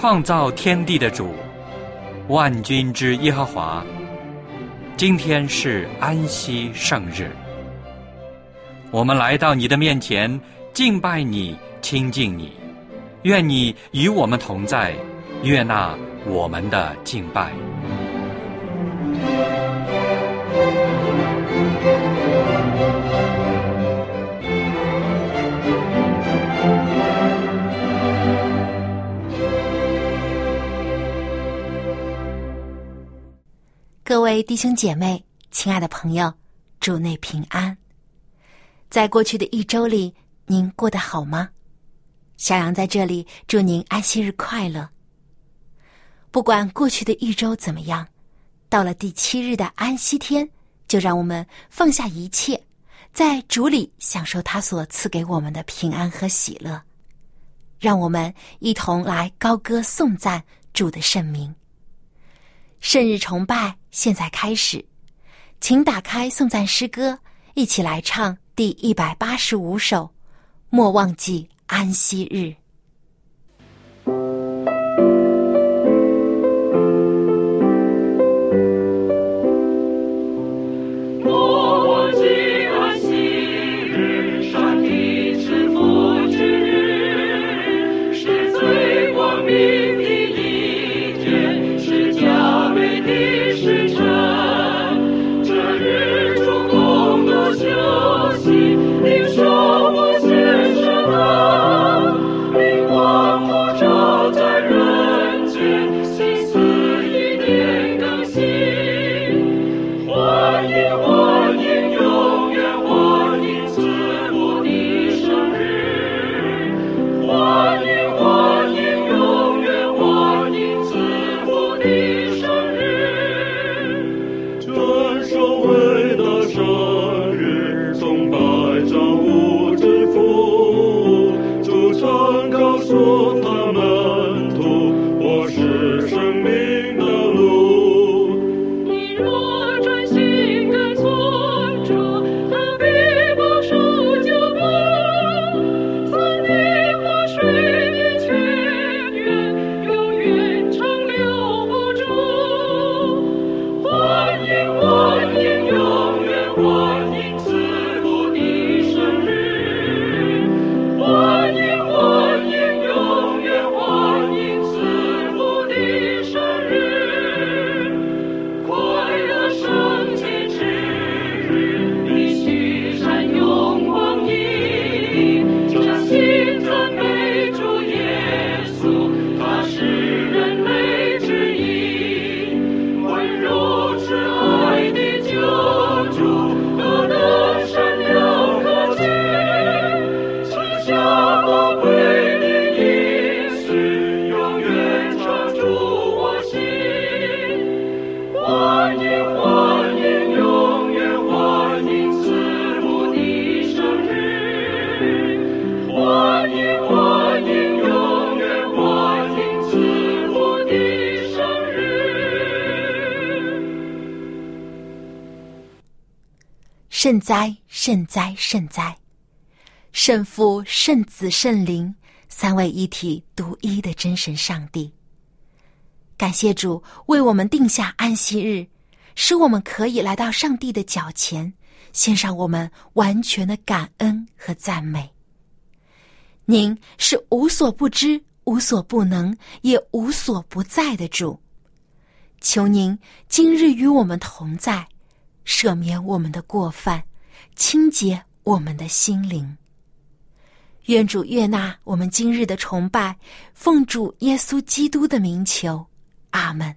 创造天地的主，万军之耶和华，今天是安息圣日。我们来到你的面前，敬拜你，亲近你，愿你与我们同在，悦纳我们的敬拜。 各位弟兄姐妹，亲爱的朋友，主内平安。在过去的一周里，您过得好吗？小杨在这里祝您安息日快乐。不管过去的一周怎么样，到了第7日的安息天，就让我们放下一切，在主里享受他所赐给我们的平安和喜乐。让我们一同来高歌颂赞主的圣名。圣日崇拜现在开始，请打开颂赞诗歌，一起来唱第185首，莫忘记安息日。圣哉，圣哉，圣哉！圣父、圣子、圣灵，三位一体独一的真神上帝。感谢主为我们定下安息日，使我们可以来到上帝的脚前，献上我们完全的感恩和赞美。您是无所不知、无所不能，也无所不在的主。求您今日与我们同在，赦免我们的过犯，清洁我们的心灵。愿主悦纳我们今日的崇拜，奉主耶稣基督的名求，阿们。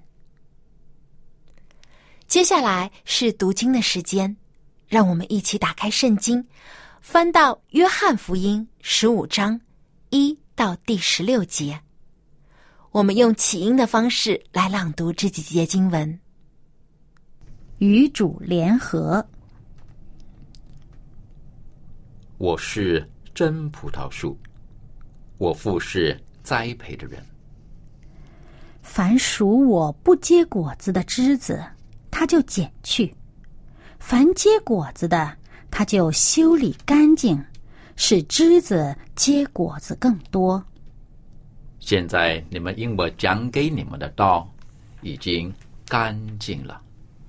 接下来是读经的时间，让我们一起打开圣经，翻到约翰福音15章1到第16节。我们用起音的方式来朗读这几节经文。 与主联合。 我是真葡萄树，我父是栽培的人。 凡属我不结果子的枝子，他就剪去；凡结果子的，他就修理干净，使枝子结果子更多。 现在你们因我讲给你们的道已经干净了。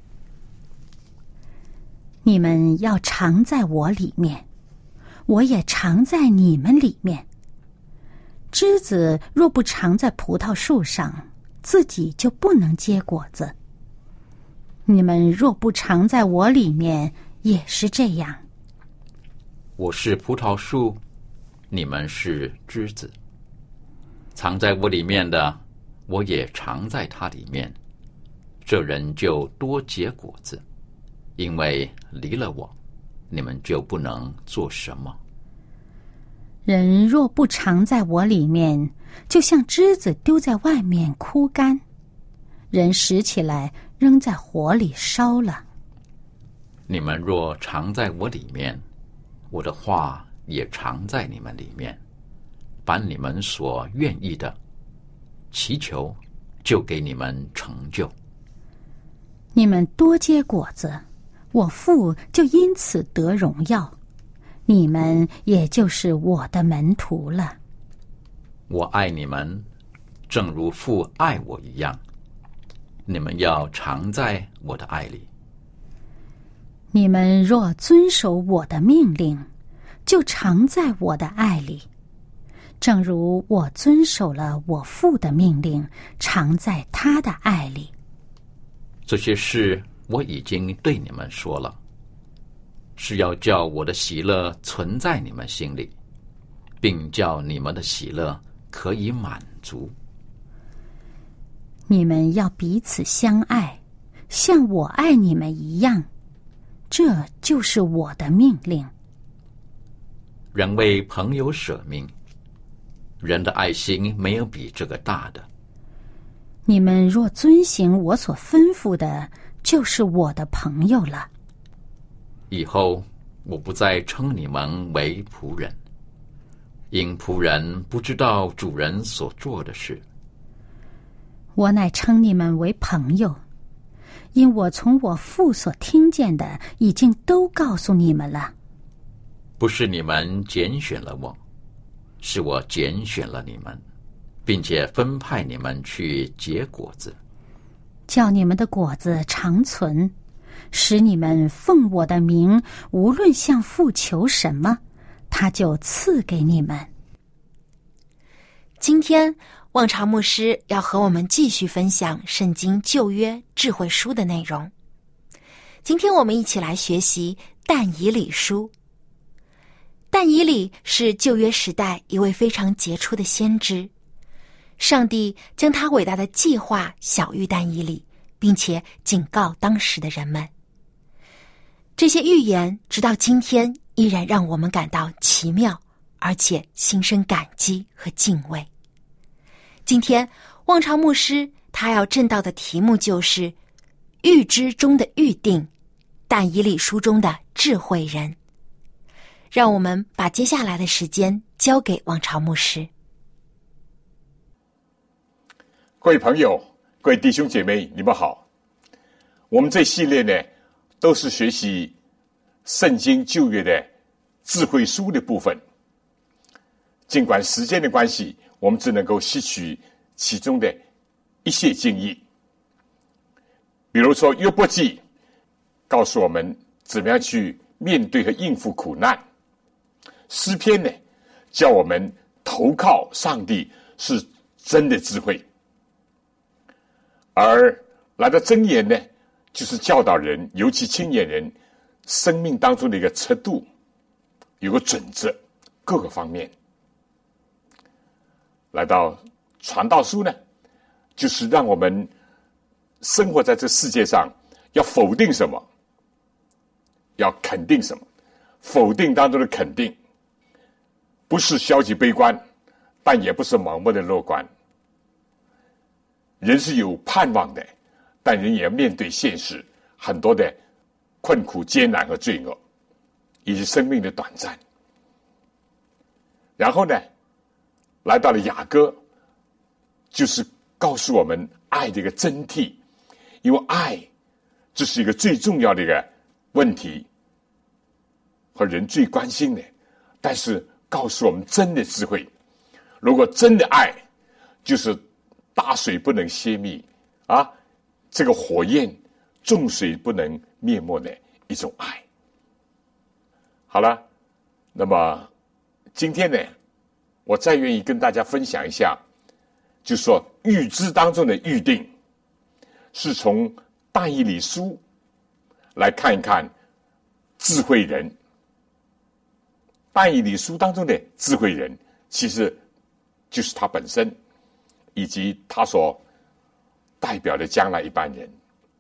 你们要常在我里面，我也常在你们里面。枝子若不常在葡萄树上，自己就不能结果子。你们若不常在我里面，也是这样。 我是葡萄树，你们是枝子。藏在我里面的，我也藏在他里面。这人就多结果子，因为离了我，你们就不能做什么。 人若不常在我里面，就像枝子丢在外面枯干，人拾起来扔在火里烧了。 你们若常在我里面，我的话也常在你们里面，把你们所愿意的祈求，就给你们成就。 你们多结果子，我父就因此得荣耀，你们也就是我的门徒了。 我爱你们，正如父爱我一样，你们要常在我的爱里。 你们若遵守我的命令，就常在我的爱里，正如我遵守了我父的命令，常在他的爱里。 这些事我已经对你们说了，是要叫我的喜乐存在你们心里，并叫你们的喜乐可以满足。 你们要彼此相爱，像我爱你们一样，这就是我的命令。 人为朋友舍命，人的爱心没有比这个大的。 你们若遵行我所吩咐的，就是我的朋友了。 以后我不再称你们为仆人，因仆人不知道主人所做的事。 我乃称你们为朋友，因我从我父所听见的，已经都告诉你们了。 不是你们拣选了我，是我拣选了你们，并且分派你们去结果子， 叫你们的果子长存，使你们奉我的名，无论向父求什么，他就赐给你们。 今天望潮牧师要和我们继续分享圣经旧约智慧书的内容。今天我们一起来学习但以理书。但以理是旧约时代一位非常杰出的先知，上帝将他伟大的计划晓谕但以理，并且警告当时的人们。这些预言直到今天依然让我们感到奇妙，而且心生感激和敬畏。今天望潮牧师他要证道的题目就是预知中的预定，但以理书中的智慧人。让我们把接下来的时间交给望潮牧师。 各位朋友，各位弟兄姐妹，你们好。我们这系列呢，都是学习圣经旧约的智慧书的部分。尽管时间的关系，我们只能够吸取其中的一些经义。比如说约伯记告诉我们怎么样去面对和应付苦难，诗篇呢叫我们投靠上帝是真的智慧，而来到箴言呢，就是教导人，尤其青年人生命当中的一个尺度，有个准则，各个方面。来到传道书呢，就是让我们生活在这世界上，要否定什么，要肯定什么。否定当中的肯定，不是消极悲观，但也不是盲目的乐观。人是有盼望的，但人也要面对现实，很多的困苦、艰难和罪恶，以及生命的短暂。然后呢，来到了雅歌，就是告诉我们爱的一个真谛，因为爱这是一个最重要的一个问题和人最关心的，但是告诉我们真的智慧。如果真的爱， 就是大水不能熄灭啊，这个火焰众水不能灭没的一种爱。好了，那么今天呢，我再愿意跟大家分享一下，就是说预知当中的预定，是从但以理书来看一看智慧人。但以理书当中的智慧人，其实就是他本身，以及他所代表的将来一般人。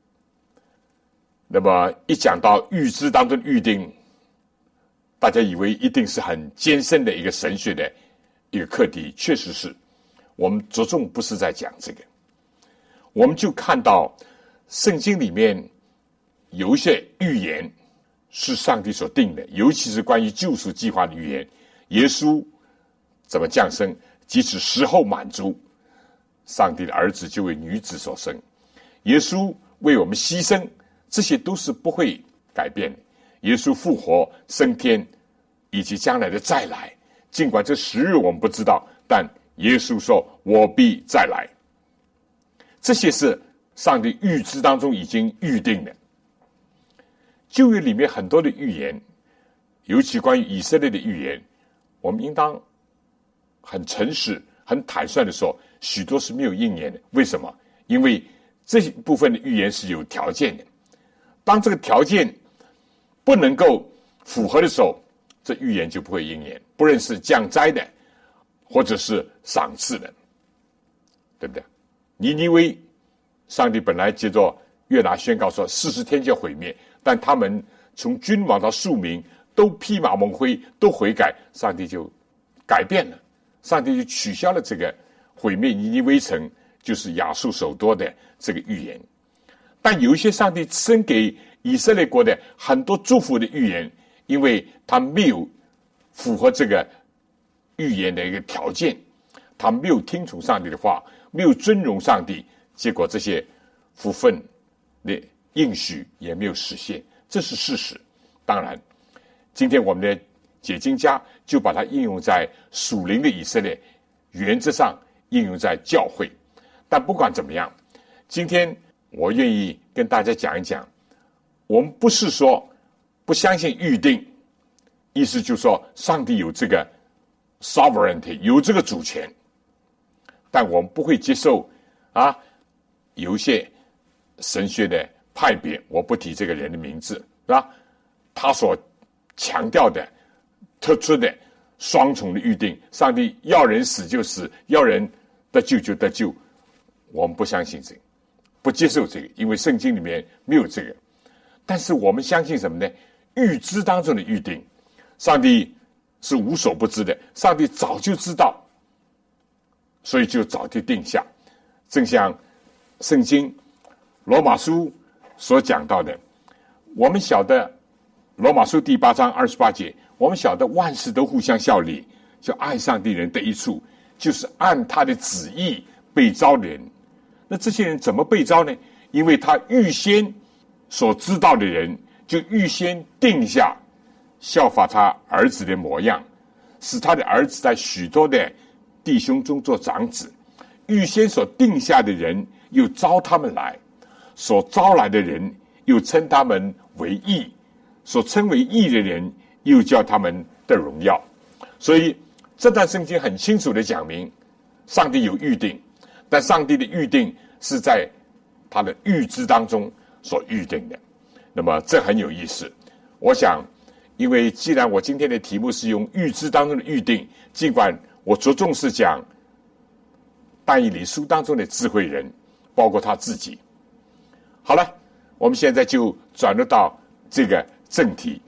那么一讲到预知当中的预定，大家以为一定是很艰深的一个神学的一个课题，确实是。我们着重不是在讲这个，我们就看到圣经里面有一些预言是上帝所定的，尤其是关于救赎计划的预言。耶稣怎么降生，即使时候满足，上帝的儿子就为女子所生。耶稣为我们牺牲，这些都是不会改变的。耶稣复活升天，以及将来的再来，尽管这时日我们不知道，但耶稣说我必再来，这些是上帝预知当中已经预定的。旧约里面很多的预言，尤其关于以色列的预言，我们应当很诚实很坦率的说，许多是没有应验的。为什么？因为这部分的预言是有条件的，当这个条件不能够符合的时候，这预言就不会应验，不论是降灾的或者是赏赐的，对不对？尼尼微上帝本来接着约拿宣告说40天就要毁灭，但他们从君王到庶民都披麻蒙灰，都悔改，上帝就改变了，上帝就取消了这个毁灭尼尼微城，就是亚述首都的这个预言。但有一些上帝赐给以色列国的很多祝福的预言，因为他没有符合这个预言的一个条件，他没有听从上帝的话，没有尊荣上帝，结果这些福分的应许也没有实现，这是事实。当然今天我们的解经家就把它应用在属灵的以色列，原则上应用在教会。但不管怎么样，今天我愿意跟大家讲一讲，我们不是说不相信预定，意思就是说上帝有这个 sovereignty， 有这个主权，但我们不会接受有一些神学的派别，我不提这个人的名字，是吧？他所强调的特殊的双重的预定，上帝要人死就死，要人得救就得救，我们不相信这个，不接受这个，因为圣经里面没有这个。但是我们相信什么呢？预知当中的预定，上帝是无所不知的，上帝早就知道，所以就早就定下。正像圣经罗马书所讲到的，我们晓得罗马书第8章28节，我们晓得万事都互相效力，就爱上帝人得益处，就是按他的旨意被召的人。那这些人怎么被召呢？因为他预先所知道的人，就预先定下效法他儿子的模样，使他的儿子在许多的弟兄中做长子。预先所定下的人又招他们来，所招来的人又称他们为义，所称为义的人又叫他们的荣耀。所以这段圣经很清楚的讲明，上帝有预定，但上帝的预定是在他的预知当中所预定的。那么这很有意思。我想因为既然我今天的题目是用预知当中的预定，尽管我着重是讲但以理书当中的智慧人，包括他自己。好了，我们现在就转入到这个正题。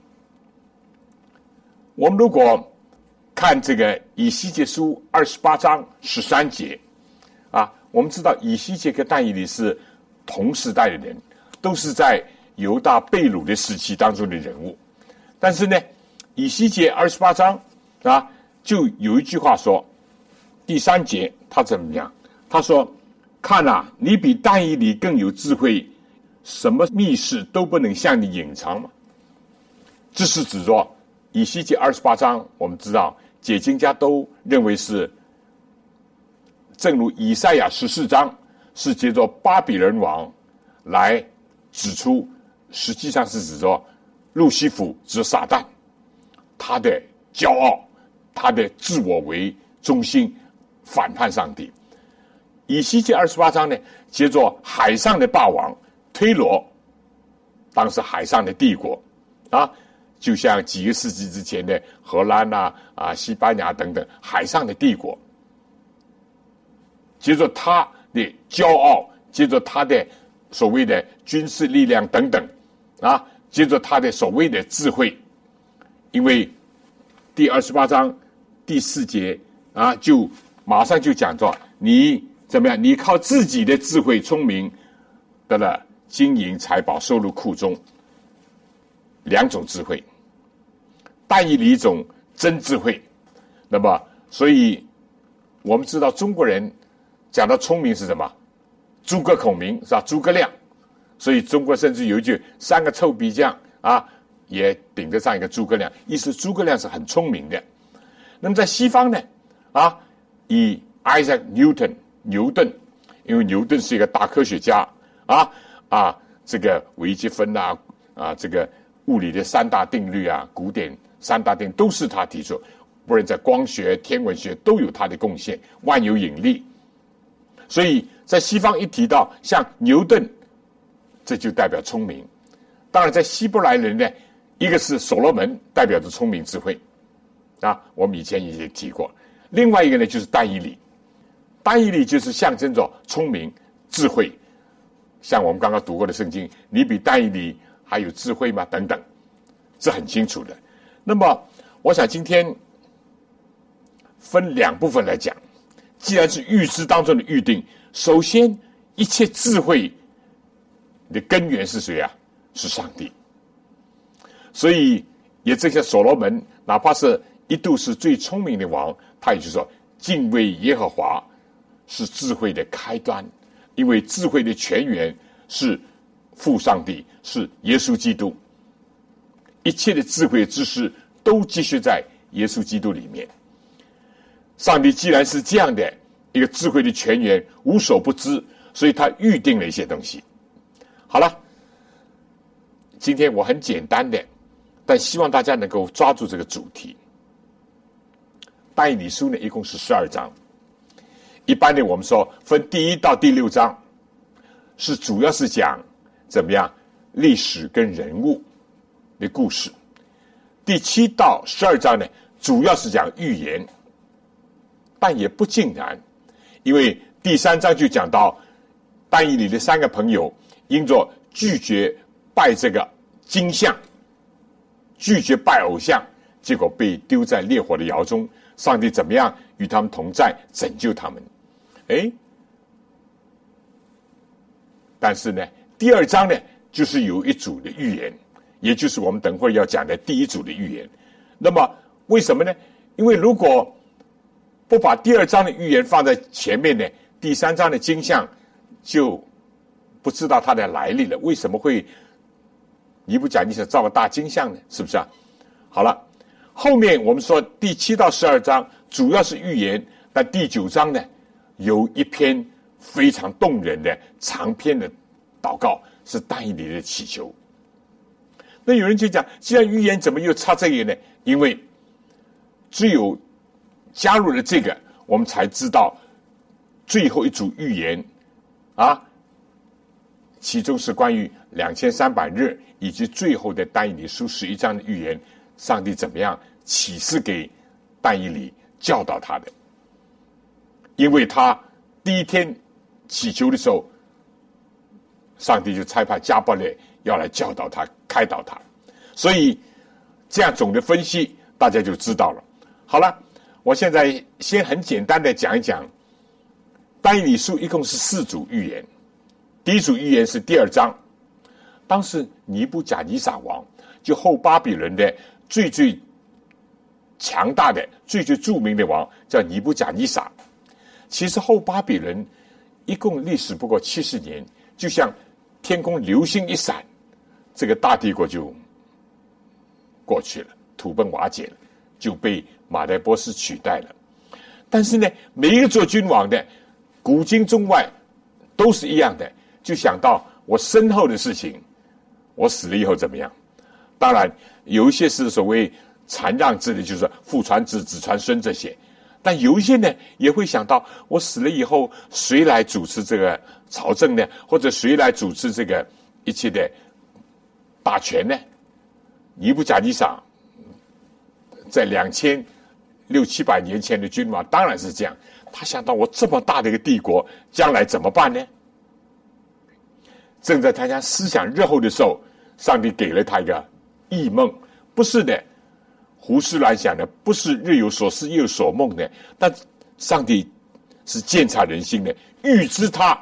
我们如果看这个以西结书28章13节我们知道以西结跟但以理是同时代的人，都是在犹大被掳的时期当中的人物。但是呢，以西结28章就有一句话说，第3节他怎么样？他说：看你比但以理更有智慧，什么密事都不能向你隐藏吗？这是指着以西结28章，我们知道解经家都认为是正如以赛亚14章是借着巴比伦王来指出，实际上是指着路西弗，指撒旦，他的骄傲，他的自我为中心，反叛上帝。以西结28章呢，接着海上的霸王推罗，当时海上的帝国啊，就像几个世纪之前的荷兰西班牙等等海上的帝国。接着他的骄傲，接着他的所谓的军事力量等等啊，接着他的所谓的智慧，因为第28章第4节啊，就马上就讲着你怎么样？你靠自己的智慧聪明得了金银财宝收入库中，两种智慧，但以理一种真智慧。那么，所以我们知道中国人讲到聪明是什么？诸葛孔明是吧？诸葛亮。所以中国甚至有一句3个臭皮匠啊，也顶得上一个诸葛亮，意思诸葛亮是很聪明的。那么在西方呢，啊，以 Isaac Newton 牛顿，因为牛顿是一个大科学家这个微积分这个物理的3大定律古典3大定律都是他提出，不然在光学、天文学都有他的贡献，万有引力。所以在西方一提到像牛顿，这就代表聪明。当然在希伯来人呢，一个是所罗门，代表着聪明智慧我们以前也提过。另外一个呢就是但以理，但以理就是象征着聪明智慧，像我们刚刚读过的圣经，你比但以理还有智慧吗？等等，这很清楚的。那么我想今天分2部分来讲，既然是预知当中的预定，首先一切智慧的根源是谁啊？是上帝。所以也正像所罗门，哪怕是一度是最聪明的王，他也就说敬畏耶和华是智慧的开端，因为智慧的泉源是父上帝，是耶稣基督，一切的智慧知识都积蓄在耶稣基督里面。上帝既然是这样的一个智慧的泉源，无所不知，所以他预定了一些东西。好了，今天我很简单的，但希望大家能够抓住这个主题。但以理书呢，一共是12章。一般的我们说分第1到第6章，是主要是讲怎么样历史跟人物的故事。第7到12章呢，主要是讲预言，但也不尽然，因为第3章就讲到但以理的3个朋友因着拒绝拜这个金像，拒绝拜偶像，结果被丢在烈火的窑中，上帝怎么样与他们同在，拯救他们。但是呢，第2章呢，就是有一组的预言，也就是我们等会儿要讲的第1组的预言。那么为什么呢？因为如果不把第2章的预言放在前面呢，第3章的金像就不知道它的来历了。为什么会尼布甲尼撒造个大金像呢？是不是啊？好了，后面我们说第7到12章主要是预言，但第9章呢，有一篇非常动人的长篇的祷告，是但以理的祈求。那有人就讲，既然预言怎么又插这个呢？因为只有加入了这个，我们才知道最后一组预言其中是关于2300日以及最后的但以理书11章的预言，上帝怎么样启示给但以理教导他的。因为他第1天祈求的时候，上帝就差派加百列要来教导他，开导他，所以这样总的分析大家就知道了。好了，我现在先很简单的讲一讲但以理书一共是4组预言。第1组预言是第2章，当时尼布甲尼撒王，就后巴比伦的最强大的、最著名的王叫尼布甲尼撒。其实后巴比伦一共历史不过70年，就像天空流星一闪，这个大帝国就过去了，土崩瓦解了，就被马代波斯取代了。但是呢，每一个做君王的古今中外都是一样的，就想到我身后的事情，我死了以后怎么样？当然有一些是所谓禅让制的，就是父传子，子传孙这些，但有一些呢也会想到我死了以后谁来主持这个朝政呢？或者谁来主持这个一切的大权呢？尼布甲尼撒在2600-700年前的君王当然是这样，他想到我这么大的一个帝国将来怎么办呢？正在他家思想热后的时候，上帝给了他一个异梦，不是的胡思乱想的，不是日有所思夜有所梦的，但上帝是鉴察人心的，预知他，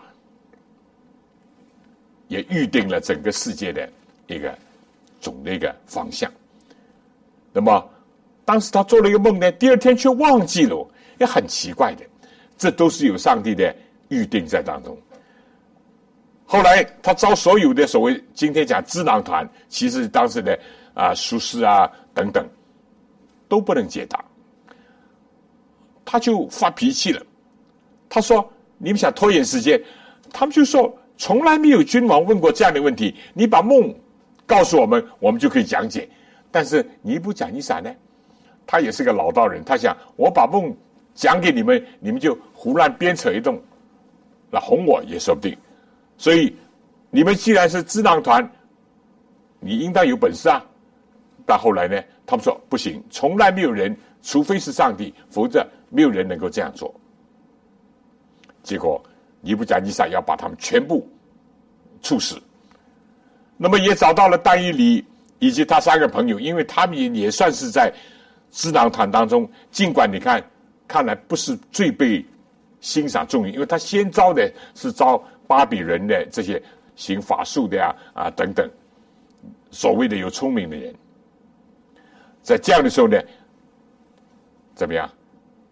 也预定了整个世界的一个总的一个方向。那么当时他做了一个梦呢，第二天却忘记了，也很奇怪的，这都是有上帝的预定在当中。后来他招所有的所谓今天讲智囊团，其实当时的术士等等都不能解答，他就发脾气了。他说：“你们想拖延时间？”他们就说：“从来没有君王问过这样的问题，你把梦告诉我们，我们就可以讲解。”但是尼布甲尼撒呢，他也是个老道人，他想我把梦讲给你们，你们就胡乱编扯一通，那哄我也说不定。所以你们既然是智囊团，你应当有本事啊。但后来呢，他们说不行，从来没有人，除非是上帝，否则没有人能够这样做。结果尼布甲尼撒要把他们全部处死。那么也找到了但以理以及他3个朋友，因为他们也算是在智囊团当中，尽管你看来不是最被欣赏重用，因为他先招的是招巴比伦的这些行法术的等等，所谓的有聪明的人。在这样的时候呢，怎么样？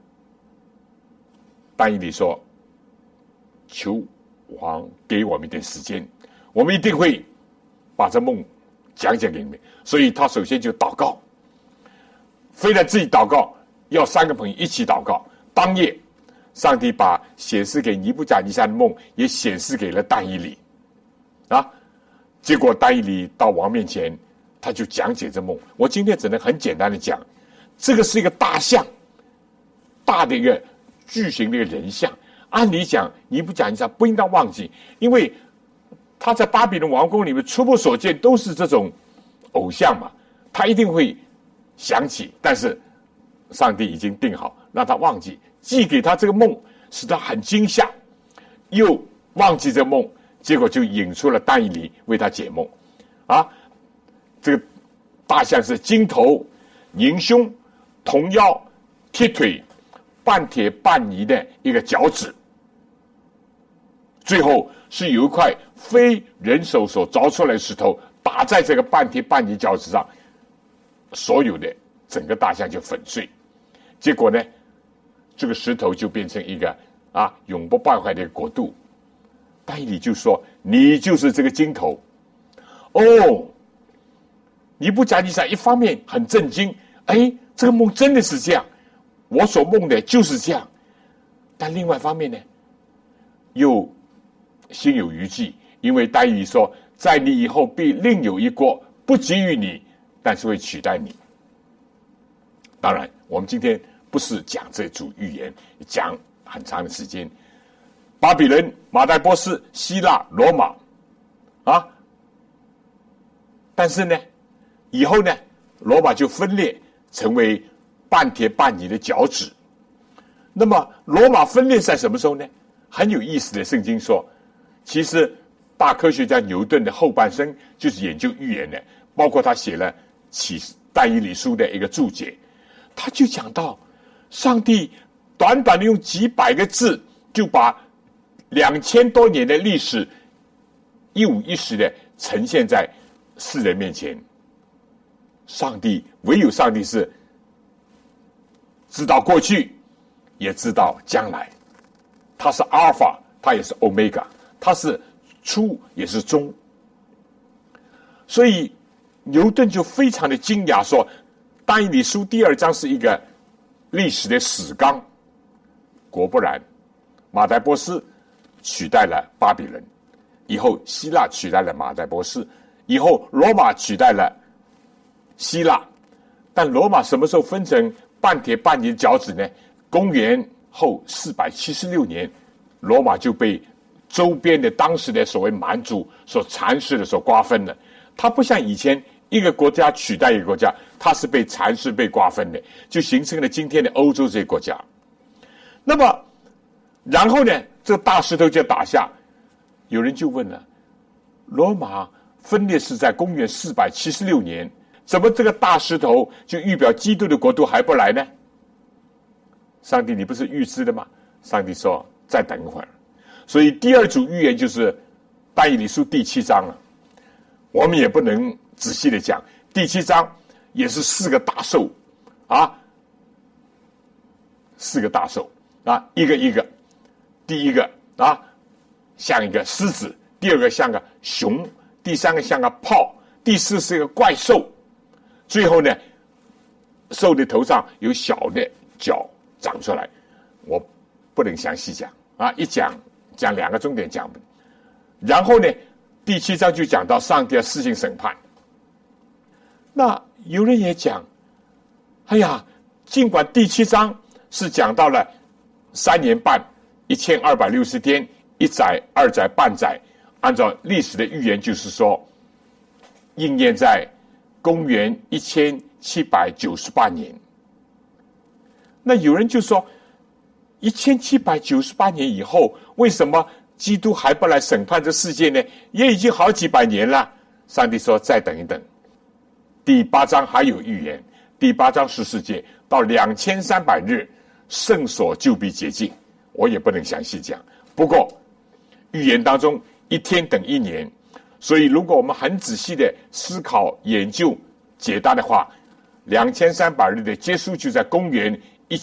但以理说：“求王给我们一点时间，我们一定会把这梦讲解给你们。”所以他首先就祷告，非但自己祷告，要3个朋友一起祷告。当夜，上帝把显示给尼布甲尼撒的梦也显示给了但以理结果但以理到王面前，他就讲解这梦。我今天只能很简单的讲，这个是一个大象，大的一个巨型的一个人像。按理讲，尼布甲尼撒不应当忘记，因为他在巴比伦王宫里面初步所见都是这种偶像嘛，他一定会想起。但是上帝已经定好，让他忘记，寄给他这个梦，使他很惊吓，又忘记这个梦，结果就引出了但以理为他解梦这个大象是金头、银胸、铜腰、铁腿、半铁半泥的一个脚趾，最后是有一块非人手所凿出来的石头打在这个半铁半泥脚趾上，所有的整个大象就粉碎。结果呢，这个石头就变成一个永不败坏的国度。但以理就说：“你就是这个金头。”尼布甲尼撒一方面很震惊，这个梦真的是这样，我所梦的就是这样。但另外一方面呢，又心有余悸，因为但以理说：“在你以后必另有一国，不给予你，但是会取代你。”当然，我们今天不是讲这组预言，讲很长的时间。巴比伦、马代波斯、希腊、罗马但是呢，以后呢，罗马就分裂成为半铁半泥的脚趾。那么罗马分裂在什么时候呢？很有意思的，圣经说，其实大科学家牛顿的后半生就是研究预言的，包括他写了但以理书的一个注解，他就讲到上帝短短的用几百个字就把2000多年的历史一五一十的呈现在世人面前。唯有上帝是知道过去，也知道将来。他是阿尔法，他也是欧米伽，他是初也是终。所以牛顿就非常的惊讶，说但以理书第2章是一个历史的史纲。果不然， 马代波斯取代了巴比伦，以后希腊取代了马代波斯，以后罗马取代了希腊。但罗马什么时候分成半铁半泥的脚趾呢？公元后476年，罗马就被周边的当时的所谓蛮族所蚕食的所瓜分了。它不像以前一个国家取代一个国家，它是被蚕食被瓜分的，就形成了今天的欧洲这些国家。那么然后呢，这个大石头就打下，有人就问了，罗马分裂是在公元476年，怎么这个大石头就预表基督的国度还不来呢？上帝，你不是预知的吗？上帝说再等一会儿。所以第二组预言就是但以理书第7章了。我们也不能仔细的讲，第7章也是4个大兽啊，4个大兽啊，一个一个，第一个啊像一个狮子，第二个像个熊，第三个像个豹，第四是一个怪兽，最后呢，兽的头上有小的角长出来，我不能详细讲啊，一讲2个钟点讲不。然后呢，第7章就讲到上帝要施行审判。那有人也讲，哎呀，尽管第7章是讲到了3年半1260天，1载2载半载，按照历史的预言就是说应验在公元1798年。那有人就说1798年以后，为什么基督还不来审判这世界呢？也已经好几百年了。上帝说再等一等。第8章还有预言，第8章14节到2300日，圣所就必洁净。我也不能详细讲，不过预言当中1天等1年，所以如果我们很仔细的思考研究解答的话，2300日的结束就在公元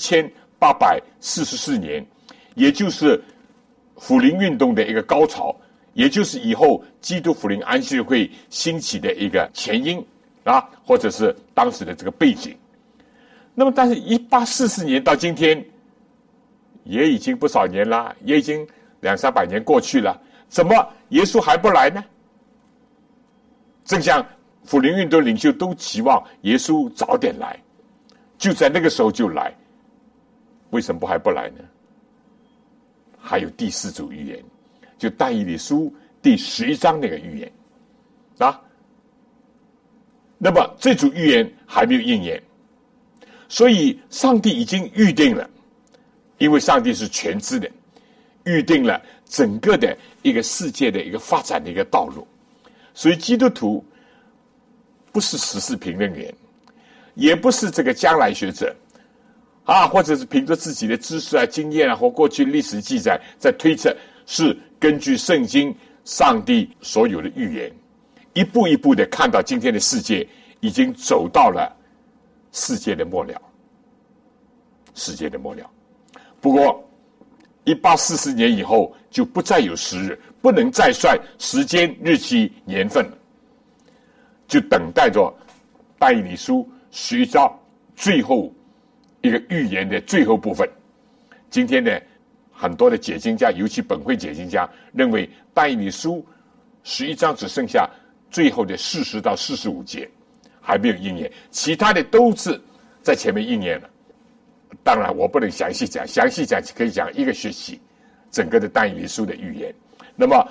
1844年，也就是福临运动的一个高潮，也就是以后基督福临安息日会兴起的一个前因啊，或者是当时的这个背景。那么但是1844年到今天也已经不少年了，也已经200-300年过去了，怎么耶稣还不来呢？正像福临运动领袖都期望耶稣早点来，就在那个时候就来，为什么还不来呢？还有第4组预言，就但以理书第11章那个预言啊。那么这组预言还没有应验，所以上帝已经预定了，因为上帝是全知的，预定了整个的一个世界的一个发展的一个道路。所以基督徒不是时事评论员，也不是这个将来学者啊，或者是凭着自己的知识啊、经验啊，或过去历史记载在推测，是根据圣经上帝所有的预言，一步一步的看到今天的世界已经走到了世界的末了，世界的末了。不过1844年以后就不再有时日，不能再算时间、日期、年份了，就等待着但以理书11章最后一个预言的最后部分。今天呢，很多的解经家，尤其本会解经家认为但以理书11章只剩下最后的40到45节还没有应验，其他的都是在前面应验了。当然我不能详细讲，详细讲可以讲1个学期整个的但以理书的预言。那么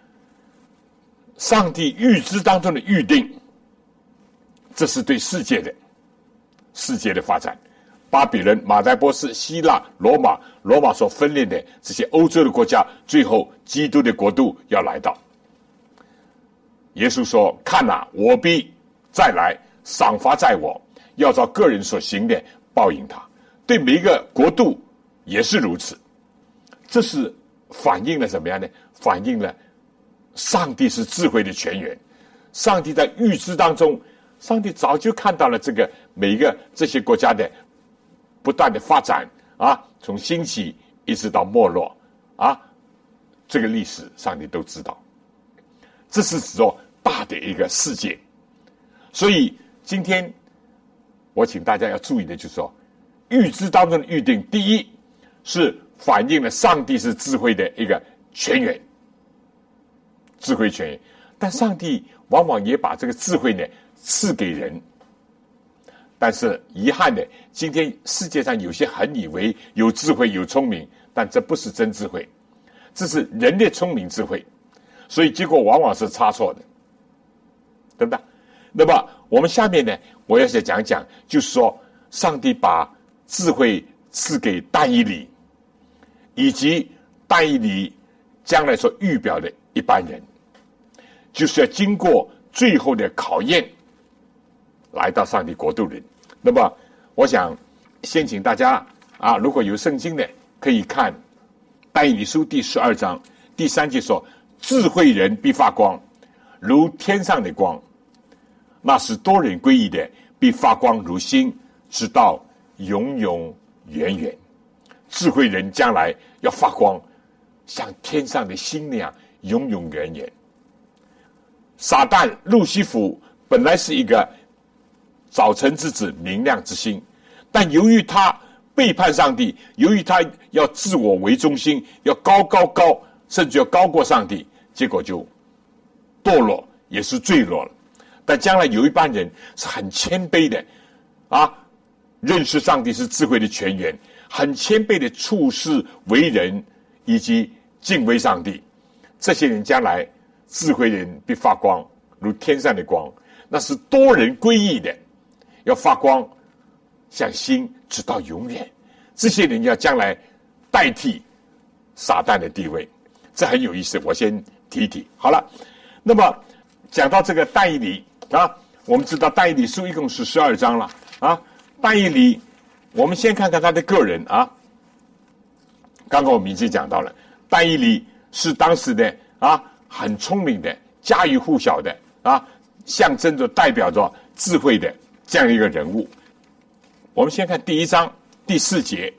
上帝预知当中的预定，这是对世界的发展。巴比伦、马代波斯、希腊、罗马所分裂的这些欧洲的国家，最后基督的国度要来到。耶稣说，看哪，我必再来，赏罚在我，要照个人所行的报应他。对每一个国度也是如此。这是反映了什么样呢？反映了上帝是智慧的泉源，上帝在预知当中，上帝早就看到了这个每一个这些国家的不断的发展啊，从兴起一直到没落啊，这个历史上帝都知道。这是指着大的一个世界。所以今天我请大家要注意的就是说，预知当中的预定，第一是反映了上帝是智慧的一个泉源，智慧泉源。但上帝往往也把这个智慧呢赐给人。但是遗憾的，今天世界上有些很以为有智慧有聪明，但这不是真智慧，这是人的聪明智慧，所以结果往往是差错的，对不对？那么我们下面呢，我要再讲讲，就是说上帝把智慧赐给但以理，以及但以理将来所预表的一般人，就是要经过最后的考验来到上帝国度里。那么我想先请大家如果有圣经的可以看但以理书第12章第3节说，智慧人必发光，如天上的光，那使多人归义的必发光如星，直到永永远远。智慧人将来要发光，像天上的星那样永永远远。撒旦路西弗本来是一个早晨之子，明亮之星，但由于他背叛上帝，由于他要自我为中心，要高，甚至要高过上帝，结果就堕落，也是坠落了。但将来有一班人是很谦卑的认识上帝是智慧的泉源，很谦卑的处事为人，以及敬畏上帝。这些人将来智慧人必发光，如天上的光，那是多人归义的，要发光像星，直到永远。这些人要将来代替撒旦的地位，这很有意思，我先提一提。好了，那么讲到这个但以理我们知道但以理书一共是12章了但以理，我们先看看他的个人刚刚我们已经讲到了，但以理是当时的很聪明的，家喻户晓的象征着代表着智慧的这样一个人物。我们先看第1章第4节，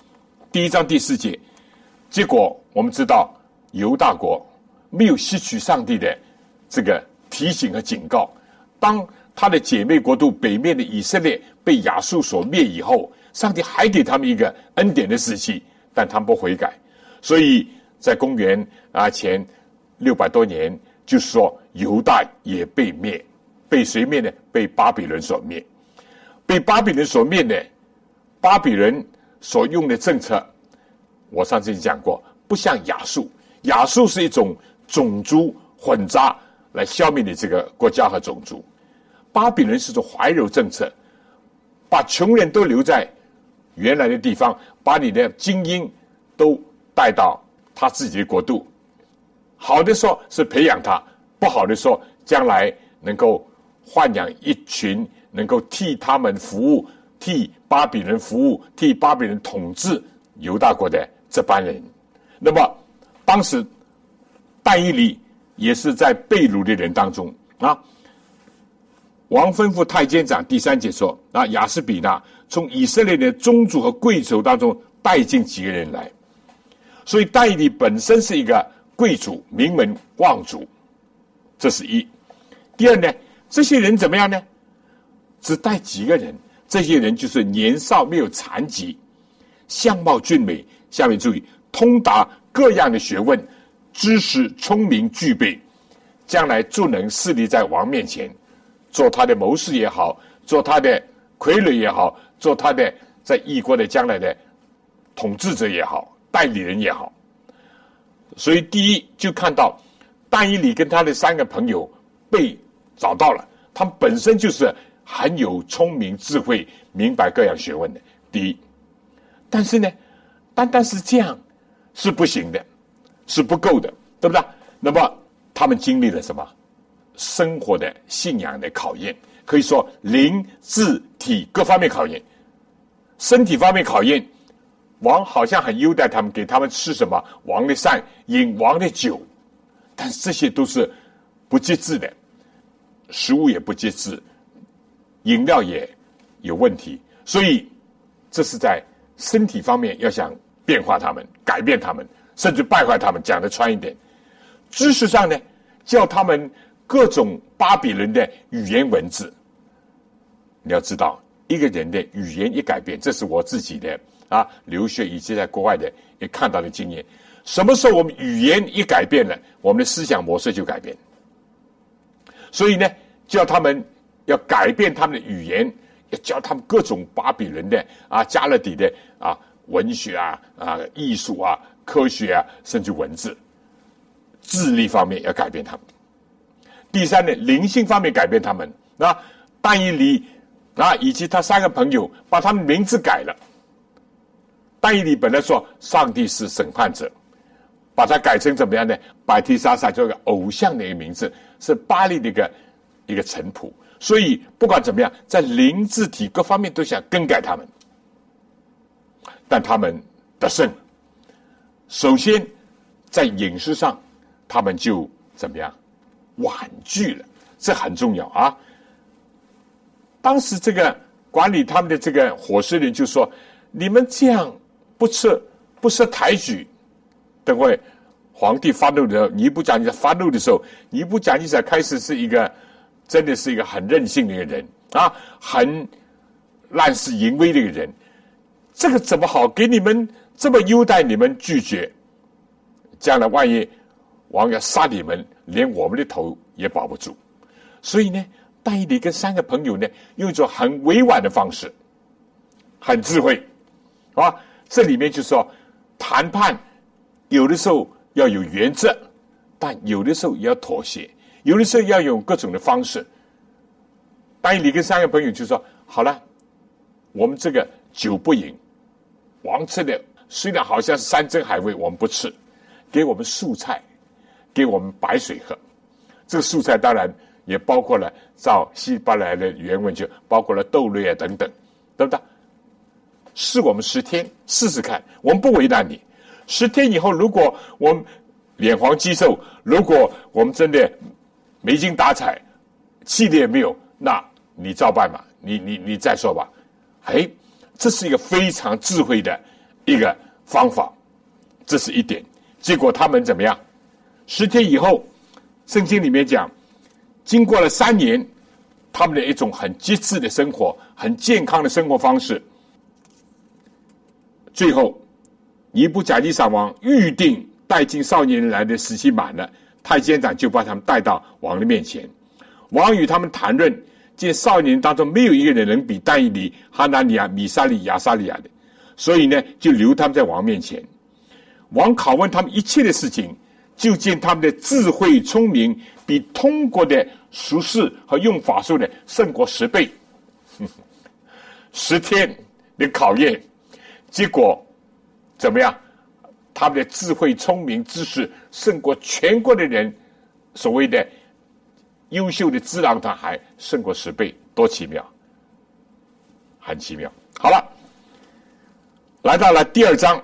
结果我们知道犹大国没有吸取上帝的这个提醒和警告，当他的姐妹国度北面的以色列被亚述所灭以后，上帝还给他们一个恩典的时期，但他们不悔改，所以在公元前600多年，就是说犹大也被灭，被谁灭呢？被巴比伦所灭。被巴比伦所灭的，巴比伦所用的政策，我上次已经讲过，不像亚述，亚述是一种种族混杂来消灭你这个国家和种族，巴比伦是种怀柔政策，把穷人都留在原来的地方，把你的精英都带到他自己的国度。好的说是培养他，不好的说将来能够豢养一群能够替他们服务，替巴比伦服务，替巴比伦统治犹大国的这班人。那么当时但以理也是在被掳的人当中王吩咐太监长第3节说亚斯比纳从以色列的宗族和贵族当中带进几个人来，所以但以理本身是一个贵族，名门望族，这是一。第二呢，这些人怎么样呢？只带几个人，这些人就是年少没有残疾，相貌俊美，下面注意，通达各样的学问，知识聪明具备，将来就能侍立在王面前，做他的谋士也好，做他的傀儡也好，做他的在异国的将来的统治者也好，代理人也好。所以第一就看到但以理跟他的3个朋友被找到了，他们本身就是很有聪明智慧，明白各样学问的。第一，但是呢，单单是这样是不行的，是不够的，对不对？那么他们经历了什么？生活的信仰的考验，可以说灵智体各方面考验。身体方面考验，王好像很优待他们，给他们吃什么王的膳，饮王的酒，但是这些都是不节制的，食物也不节制，饮料也有问题，所以这是在身体方面要想变化他们，改变他们，甚至败坏他们，讲得穿一点。知识上呢，叫他们各种巴比伦的语言文字。你要知道，一个人的语言一改变，这是我自己的留学以及在国外的也看到的经验。什么时候我们语言一改变了，我们的思想模式就改变。所以呢，叫他们要改变他们的语言，要教他们各种巴比伦的加勒底的文学艺术科学甚至文字、智力方面要改变他们。第三呢，灵性方面改变他们。但以理以及他3个朋友把他们名字改了。但以理本来说上帝是审判者，把它改成怎么样呢？百提沙撒这个偶像的一个名字，是巴力的一个臣仆。所以不管怎么样，在灵智体各方面都想更改他们，但他们得胜。首先在饮食上，他们就怎么样婉拒了，这很重要啊。当时这个管理他们的这个伙食人就说：“你们这样不设抬举，等会皇帝发怒的时候，尼布甲尼撒发怒的时候，尼布甲尼撒开始是一个真的是一个很任性的一个人很滥施淫威的一个人，这个怎么好给你们这么优待，你们拒绝，将来万一王要杀你们，连我们的头也保不住。”所以呢，但以理跟3个朋友呢，用一种很委婉的方式，很智慧这里面就说谈判有的时候要有原则，但有的时候也要妥协，有的时候要用各种的方式。但以理跟3个朋友就说：“好了，我们这个酒不饮，王吃的虽然好像是山珍海味，我们不吃，给我们素菜，给我们白水喝。这个素菜当然也包括了，照希伯来的原文就包括了豆类等等，对不对？试我们10天试试看，我们不为难你。10天以后，如果我们脸黄肌瘦，如果我们真的没精打采，气力也没有，那你照办吧，你再说吧。这是一个非常智慧的一个方法，这是一点。结果他们怎么样？10天以后，圣经里面讲，经过了3年，他们的一种很节制的生活，很健康的生活方式，最后尼布甲尼撒王预定带进少年人来的时期满了，太监长就把他们带到王的面前。王与他们谈论，见少年人当中没有一个人能比但以理、哈拿尼亚、米沙利、亚撒利亚的，所以呢，就留他们在王面前。王拷问他们一切的事情，就见他们的智慧聪明比通国的术士和用法术的胜过10倍。10天的考验，结果怎么样？他们的智慧聪明知识胜过全国的人，所谓的优秀的智囊团还胜过10倍，多奇妙，很奇妙。好了，来到了第2章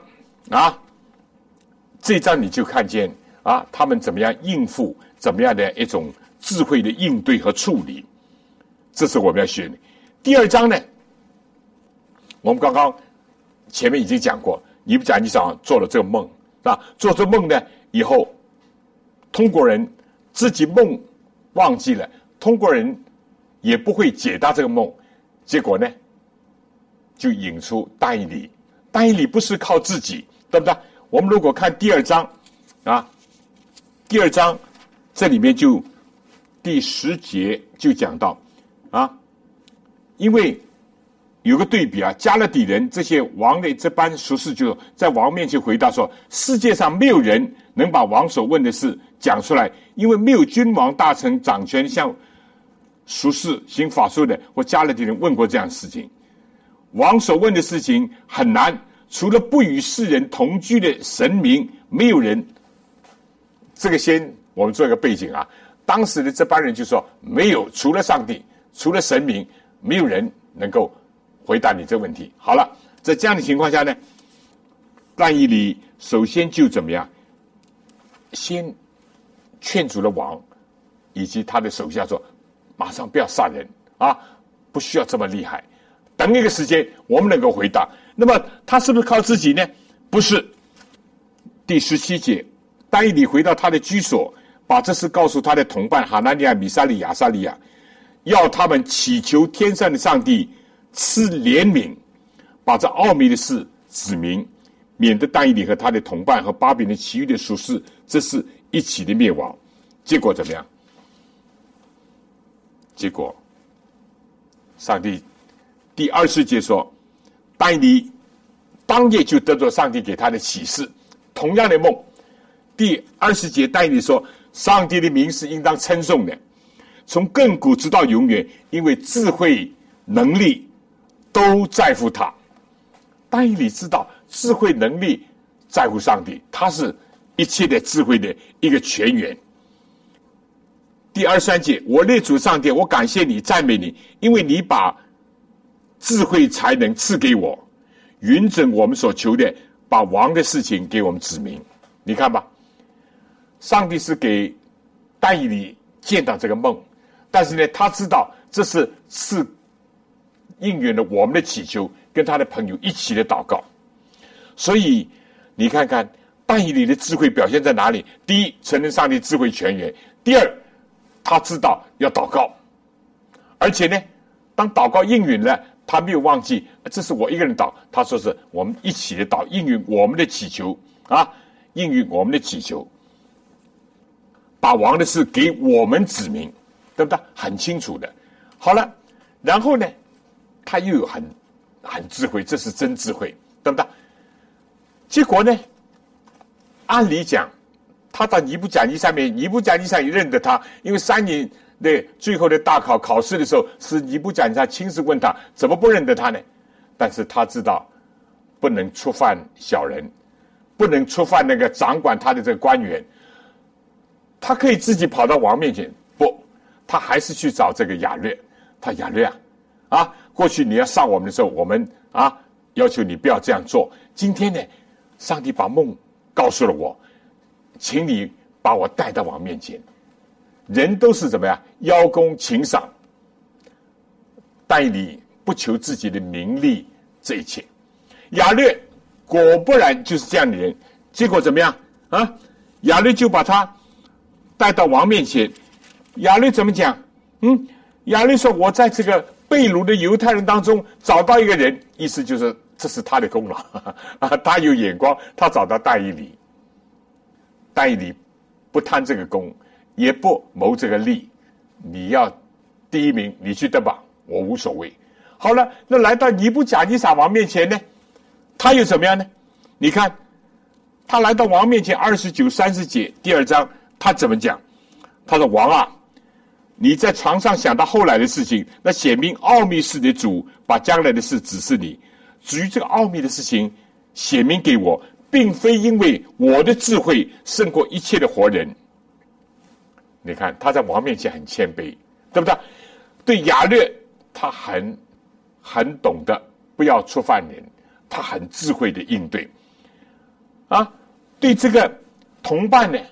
这一章你就看见他们怎么样应付，怎么样的一种智慧的应对和处理，这是我们要学的。第2章呢，我们刚刚前面已经讲过，尼布甲尼撒做了这个梦做这梦呢以后，通国人自己梦忘记了，通国人也不会解答这个梦，结果呢就引出但以理。但以理不是靠自己，对不对？我们如果看第2章第2章这里面就第10节就讲到因为有个对比加勒底人这些王的这班术士就在王面前回答说，世界上没有人能把王所问的事讲出来，因为没有君王大臣掌权像术士行法术的或加勒底人问过这样的事情。王所问的事情很难，除了不与世人同居的神明，没有人。这个先我们做一个背景当时的这帮人就说，没有，除了上帝，除了神明，没有人能够回答你这个问题。好了，在这样的情况下呢，但以理首先就怎么样，先劝阻了王以及他的手下说，马上不要杀人不需要这么厉害，等一个时间我们能够回答。那么他是不是靠自己呢？不是。第17节，但以理回到他的居所，把这事告诉他的同伴哈拿尼亚、米沙利、亚撒利亚，要他们祈求天上的上帝赐怜悯，把这奥秘的事指明，免得但以理和他的同伴和巴比伦其余的属士，这是一起的灭亡。结果怎么样？结果上帝第20节说，但以理当夜就得着上帝给他的启示，同样的梦。第20节但以理说，上帝的名是应当称颂的，从亘古直到永远，因为智慧能力都在乎他。但以理知道智慧能力在乎上帝，他是一切的智慧的一个泉源。第23节，我列祖上帝，我感谢你，赞美你，因为你把智慧才能赐给我，允准我们所求的，把王的事情给我们指明。你看吧，上帝是给但以理见到这个梦，但是呢，他知道这是应允了我们的祈求，跟他的朋友一起的祷告。所以你看看但以理的智慧表现在哪里？第一，承认上帝智慧泉源；第二，他知道要祷告，而且呢，当祷告应允了，他没有忘记这是我一个人祷，他说是我们一起的祷，应允我们的祈求啊，应允我们的祈求，把王的事给我们指明，对不对？很清楚的。好了，然后呢，他又有很智慧，这是真智慧，对不对？结果呢，按理讲，他到尼布甲尼山面，尼布甲尼山也认得他，因为3年的最后的大考试的时候，是尼布甲尼山亲自问他，怎么不认得他呢？但是他知道不能触犯小人，不能触犯那个掌管他的这个官员，他可以自己跑到王面前，不，他还是去找这个亚略。他亚略啊，过去你要上我们的时候，我们啊要求你不要这样做。今天呢，上帝把梦告诉了我，请你把我带到王面前。人都是怎么样，邀功请赏，但以理不求自己的名利，这一切。亚略果不然就是这样的人，结果怎么样啊？亚略就把他带到王面前。亚略怎么讲？亚略说，我在这个被掳的犹太人当中找到一个人，意思就是这是他的功劳啊，他有眼光，他找到但以理。但以理不贪这个功，也不谋这个利，你要第一名，你去得吧，我无所谓。好了，那来到尼布甲尼撒王面前呢，他又怎么样呢？你看，他来到王面前，29、30节第2章，他怎么讲？他说：“王啊，你在床上想到后来的事情，那显明奥秘事的主把将来的事指示你。至于这个奥秘的事情显明给我，并非因为我的智慧胜过一切的活人。”你看他在王面前很谦卑，对不对？对亚略，他很懂得不要触犯人，他很智慧的应对。啊，对这个同伴呢，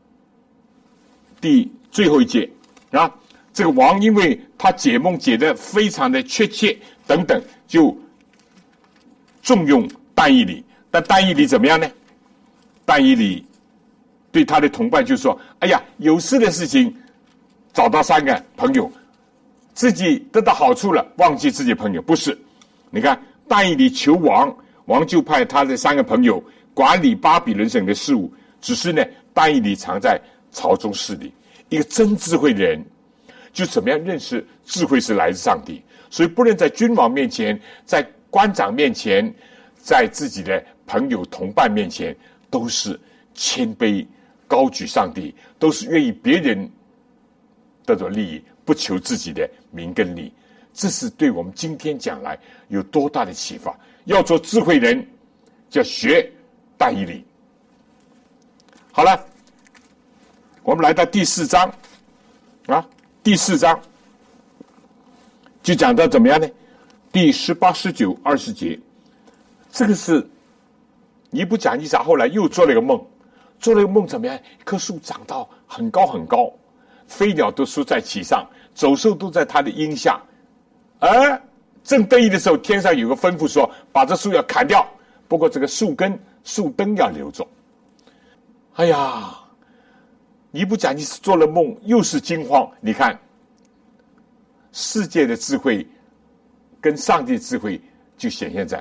最后一节啊，这个王因为他解梦解得非常的确切等等，就重用但以理。但但以理怎么样呢？但以理对他的同伴就说：“哎呀，有事的事情找到3个朋友，自己得到好处了，忘记自己的朋友。不是，你看但以理求王，王就派他的3个朋友管理巴比伦省的事务。只是呢，但以理常在朝中侍立。一个真智慧的人，就怎么样认识智慧是来自上帝。所以不论在君王面前，在官长面前，在自己的朋友同伴面前，都是谦卑高举上帝，都是愿意别人得到利益，不求自己的名跟利。这是对我们今天讲来有多大的启发。要做智慧人，就要学但以理。好了，我们来到第4章啊，第4章就讲到怎么样呢？第18、19、20节，这个是尼布甲尼撒后来又做了一个梦，做了一个梦怎么样？一棵树长到很高很高，飞鸟都宿在其上，走兽都在它的荫下。而正得意的时候，天上有个吩咐说，把这树要砍掉，不过这个树根、树灯要留着。哎呀，尼布甲尼撒做了梦，又是惊慌。你看，世界的智慧跟上帝的智慧就显现在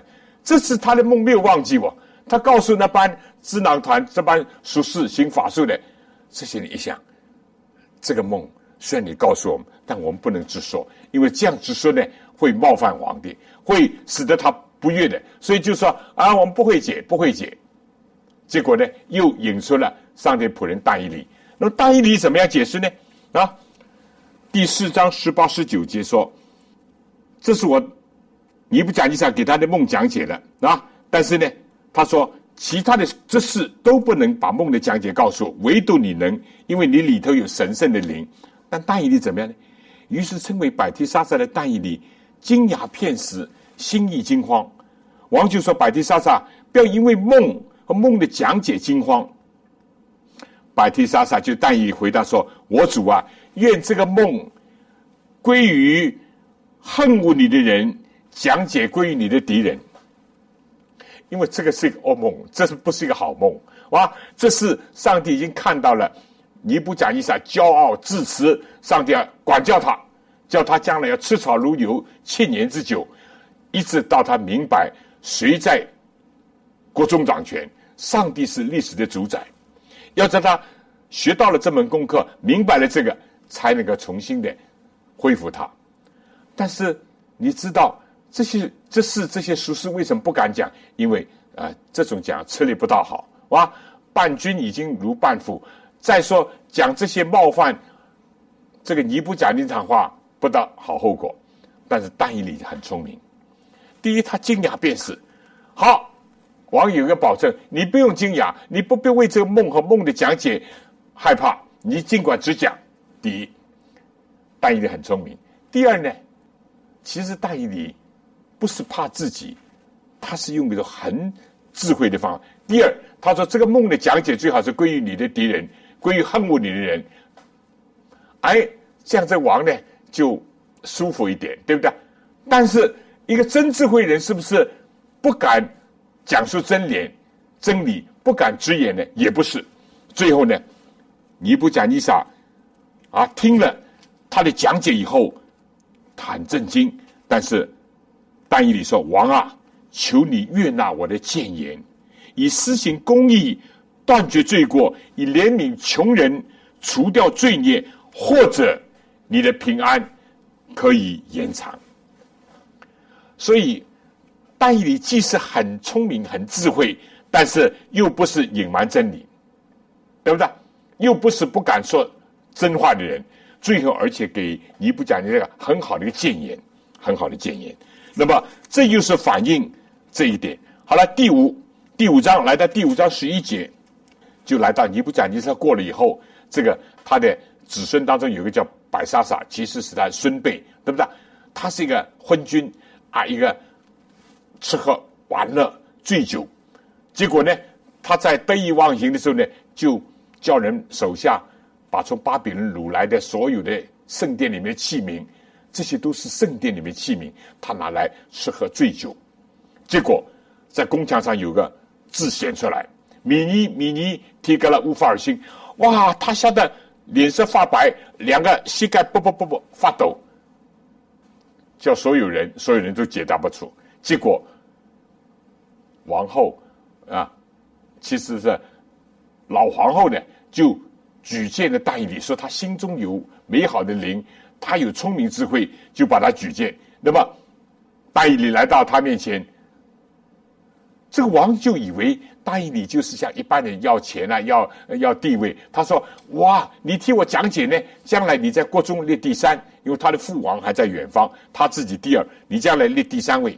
这次他的梦没有忘记我，他告诉那班智囊团这班术士行法术的这些人一想，这个梦虽然你告诉我们，但我们不能直说，因为这样直说呢会冒犯皇帝，会使得他不悦的，所以就说啊，我们不会解，不会解。结果呢，又引出了上帝仆人但以理。那么但以理怎么样解释呢？啊，第4章18、19节说，这是我尼布甲尼撒给他的梦讲解了啊，但是呢，他说其他的这事都不能把梦的讲解告诉我，唯独你能，因为你里头有神圣的灵。但但以理怎么样呢？于是称为百提沙撒的但以理惊讶片时，心意惊慌。王就说：百提沙撒，不要因为梦和梦的讲解惊慌。百提沙撒就但以理回答说：我主啊，愿这个梦归于恨恶你的人，讲解归于你的敌人。因为这个是一个噩梦，这是不是一个好梦啊？这是上帝已经看到了尼布甲尼撒骄傲自持，上帝要管教他，叫他将来要吃草如牛7年之久，一直到他明白谁在国中掌权，上帝是历史的主宰，要在他学到了这门功课，明白了这个，才能够重新的恢复他。但是你知道这些术士为什么不敢讲？因为这种讲吃力不大好哇，伴君已经如伴父。再说讲这些冒犯这个尼布甲尼撒话不大好后果。但是但以理很聪明，第一他惊讶便是好，王有一个保证，你不用惊讶，你不必为这个梦和梦的讲解害怕，你尽管只讲。第一，但以理很聪明。第二呢，其实但以理不是怕自己，他是用一种很智慧的方法。第二，他说这个梦的讲解最好是归于你的敌人，归于恨恶你的人。哎，这样这王呢就舒服一点，对不对？但是一个真智慧人是不是不敢讲述真理，不敢直言呢？也不是。最后呢，尼布甲尼撒听了他的讲解以后，他很震惊。但是但以理说：王啊，求你悦纳我的谏言，以施行公义，断绝罪过，以怜悯穷人，除掉罪孽，或者你的平安可以延长。所以但以理既是很聪明很智慧，但是又不是隐瞒真理，对不对？又不是不敢说真话的人，最后而且给尼布甲尼撒很好的一个谏言，很好的谏言。那么这就是反映这一点。好了，第五章来到第5章11节，就来到尼布甲尼撒过了以后，这个他的子孙当中有一个叫百沙撒，其实是他孙辈，对不对？他是一个昏君一个吃喝玩乐醉酒，结果呢，他在得意忘形的时候呢，就叫人手下把从巴比伦掳来的所有的圣殿里面的器皿，这些都是圣殿里面的器皿，他拿来吃喝醉酒。结果在宫墙上有个字显出来，米尼提格勒乌法尔辛，哇，他吓得脸色发白，两个膝盖不发抖，叫所有人都解答不出。结果王后其实是老皇后呢，就举荐了但以理，说他心中有美好的灵，他有聪明智慧，就把他举荐。那么但以理来到他面前，这个王就以为但以理就是像一般人要钱要地位。他说：哇，你替我讲解呢，将来你在国中列第3，因为他的父王还在远方，他自己第2，你将来列第3位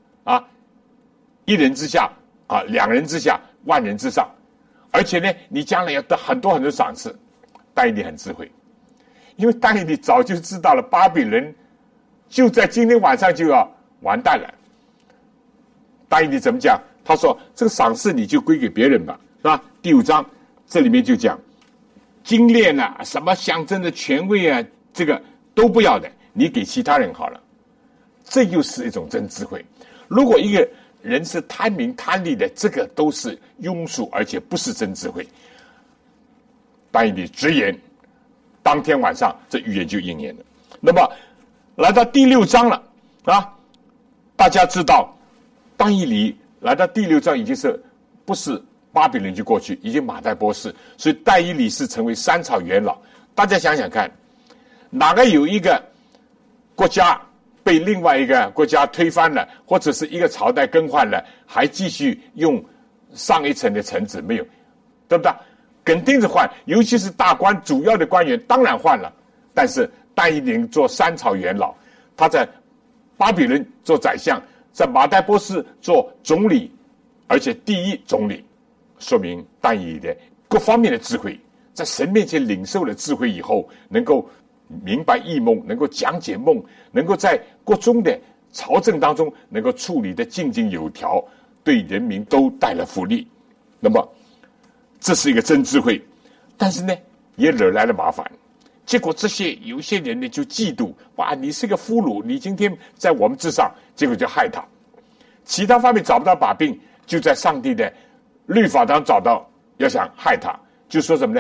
1人之下2人之下，10000人之上，而且呢，你将来要得很多很多赏赐。但以理很智慧，因为但以理早就知道了巴比伦就在今天晚上就要完蛋了。但以理怎么讲？他说：这个赏赐你就归给别人吧，是吧？第5章这里面就讲精炼什么象征的权位这个都不要的，你给其他人好了。这又是一种真智慧。如果一个人是贪名贪利的，这个都是庸俗，而且不是真智慧。但以理直言，当天晚上这预言就应验了。那么来到第6章了大家知道但以理来到第6章已经是不是巴比伦就过去，已经马代波斯，所以但以理是成为3朝元老。大家想想看，哪个有一个国家被另外一个国家推翻了，或者是一个朝代更换了，还继续用上一层的臣子？没有，对不对？肯定是换，尤其是大官主要的官员当然换了。但是但以理做3朝元老，他在巴比伦做宰相，在马代波斯做总理，而且第1总理，说明但以理的各方面的智慧，在神面前领受了智慧以后，能够明白异梦，能够讲解梦，能够在国中的朝政当中能够处理的井井有条，对人民都带来福利。那么这是一个真智慧，但是呢也惹来了麻烦。结果有些人呢就嫉妒，哇，你是个俘虏，你今天在我们之上，结果就害他。其他方面找不到把柄，就在上帝的律法当中找到，要想害他，就说什么呢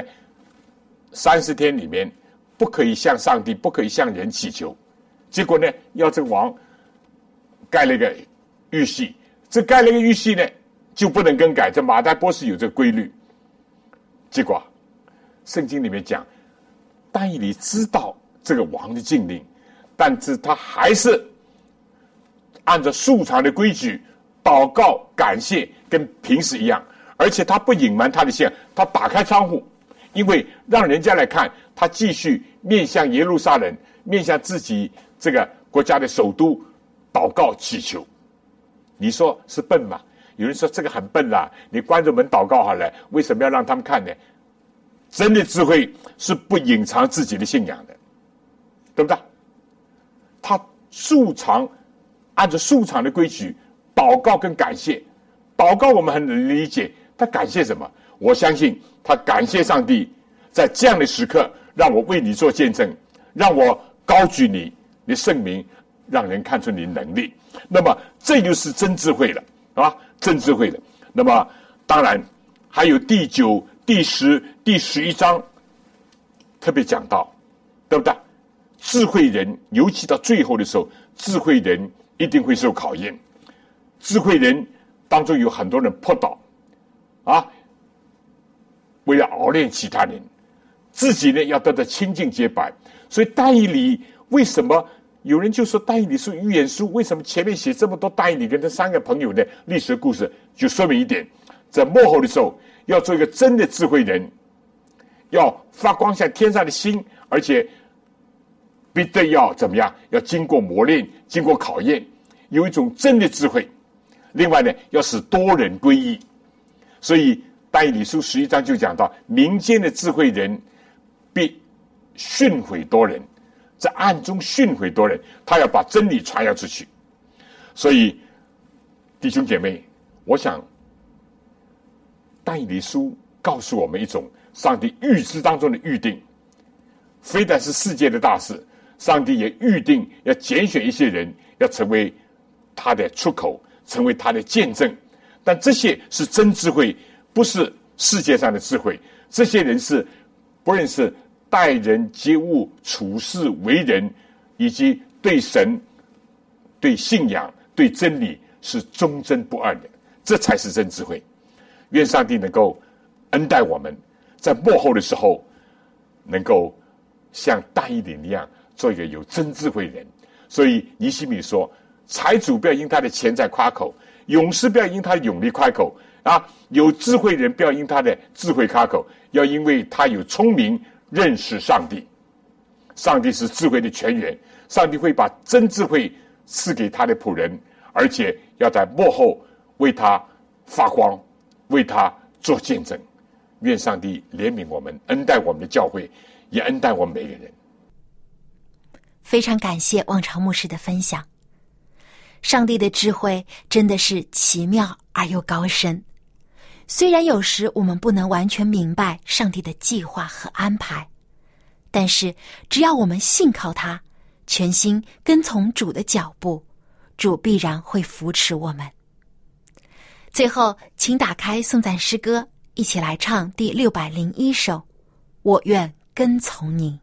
？30天里面不可以向上帝，不可以向人祈求。结果呢，要这个王盖了一个玉玺，这盖了一个玉玺呢，就不能更改。这马代波斯有这个规律。结果圣经里面讲，但以理知道这个王的禁令，但是他还是按照素常的规矩祷告感谢，跟平时一样，而且他不隐瞒他的信仰，他打开窗户，因为让人家来看他继续面向耶路撒冷，面向自己这个国家的首都祷告祈求。你说是笨吗？有人说这个很笨啦，你关着门祷告好了，为什么要让他们看呢？真的智慧是不隐藏自己的信仰的，对不对？他按照素常的规矩祷告跟感谢。祷告我们很能理解，他感谢什么？我相信他感谢上帝在这样的时刻让我为你做见证，让我高举你的圣名，让人看出你的能力。那么这就是真智慧了啊，真智慧了。那么当然还有第9、第10、第11章特别讲到，对不对？智慧人尤其到最后的时候，智慧人一定会受考验。智慧人当中有很多人扑倒啊，为了熬练其他人，自己呢要得到清净洁白。所以但以理为什么有人就说但以理是预言书？为什么前面写这么多但以理跟这3个朋友的历史故事？就说明一点，在末后的时候要做一个真的智慧人，要发光像天上的星，而且必定要怎么样？要经过磨练，经过考验，有一种真的智慧。另外呢，要使多人归义。所以但以理书11章就讲到，民间的智慧人必训诲多人，在暗中训诲多人，他要把真理传扬出去。所以弟兄姐妹，我想但以理书告诉我们一种上帝预知当中的预定，非但是世界的大事，上帝也预定要拣选一些人，要成为他的出口，成为他的见证。但这些是真智慧，不是世界上的智慧。这些人是不论是待人接物、处事为人，以及对神、对信仰、对真理是忠贞不二的，这才是真智慧。愿上帝能够恩待我们，在末后的时候能够像但以理一样做一个有真智慧人。所以尼希米说，财主不要因他的钱财夸口，勇士不要因他的勇力夸口啊！有智慧人不要因他的智慧夸口，要因为他有聪明认识上帝。上帝是智慧的泉源，上帝会把真智慧赐给他的仆人，而且要在末后为他发光，为他做见证。愿上帝怜悯我们，恩待我们的教会，也恩待我们每个人。 非常感谢望潮牧师的分享。上帝的智慧真的是奇妙而又高深，虽然有时我们不能完全明白上帝的计划和安排，但是只要我们信靠他，全心跟从主的脚步，主必然会扶持我们。最后请打开颂赞诗歌，一起来唱第601首，我愿跟从你。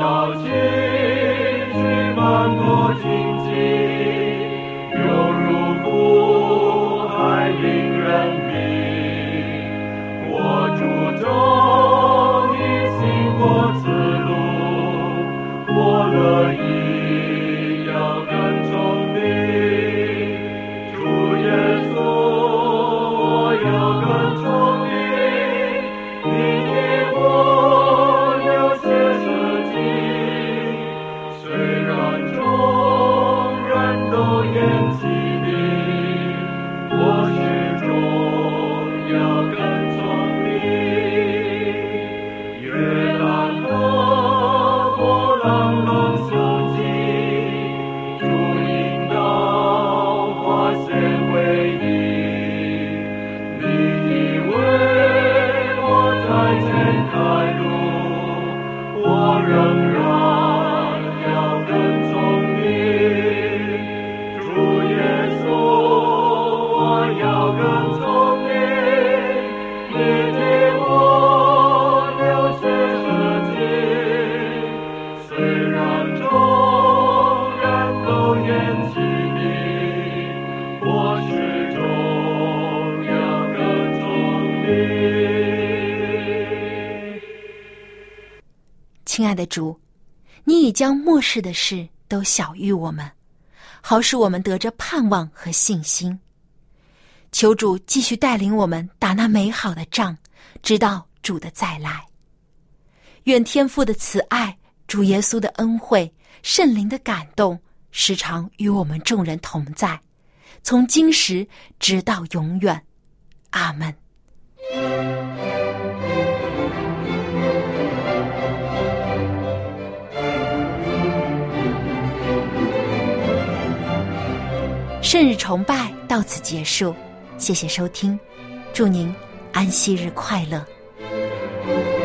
小情绪满目荆棘，犹如苦海令人迷。我注重你行过此路，我乐意要跟从你。主耶稣，我要跟从你。你替我流血舍己，虽然众人都厌弃你，我始终要跟从你。越难河波浪浪汹急，主引导化险为夷。你以为我在前开路，我仍然要跟从你。主耶稣，我要跟从你。你替我流血舍己，虽然众人都厌弃你，我始终要跟从你。 亲爱的主，你已将末世的事都晓谕我们，好使我们得着盼望和信心。求主继续带领我们打那美好的仗，直到主的再来。愿天父的慈爱、主耶稣的恩惠、圣灵的感动，时常与我们众人同在，从今时直到永远。阿们。圣日崇拜到此结束，谢谢收听，祝您安息日快乐。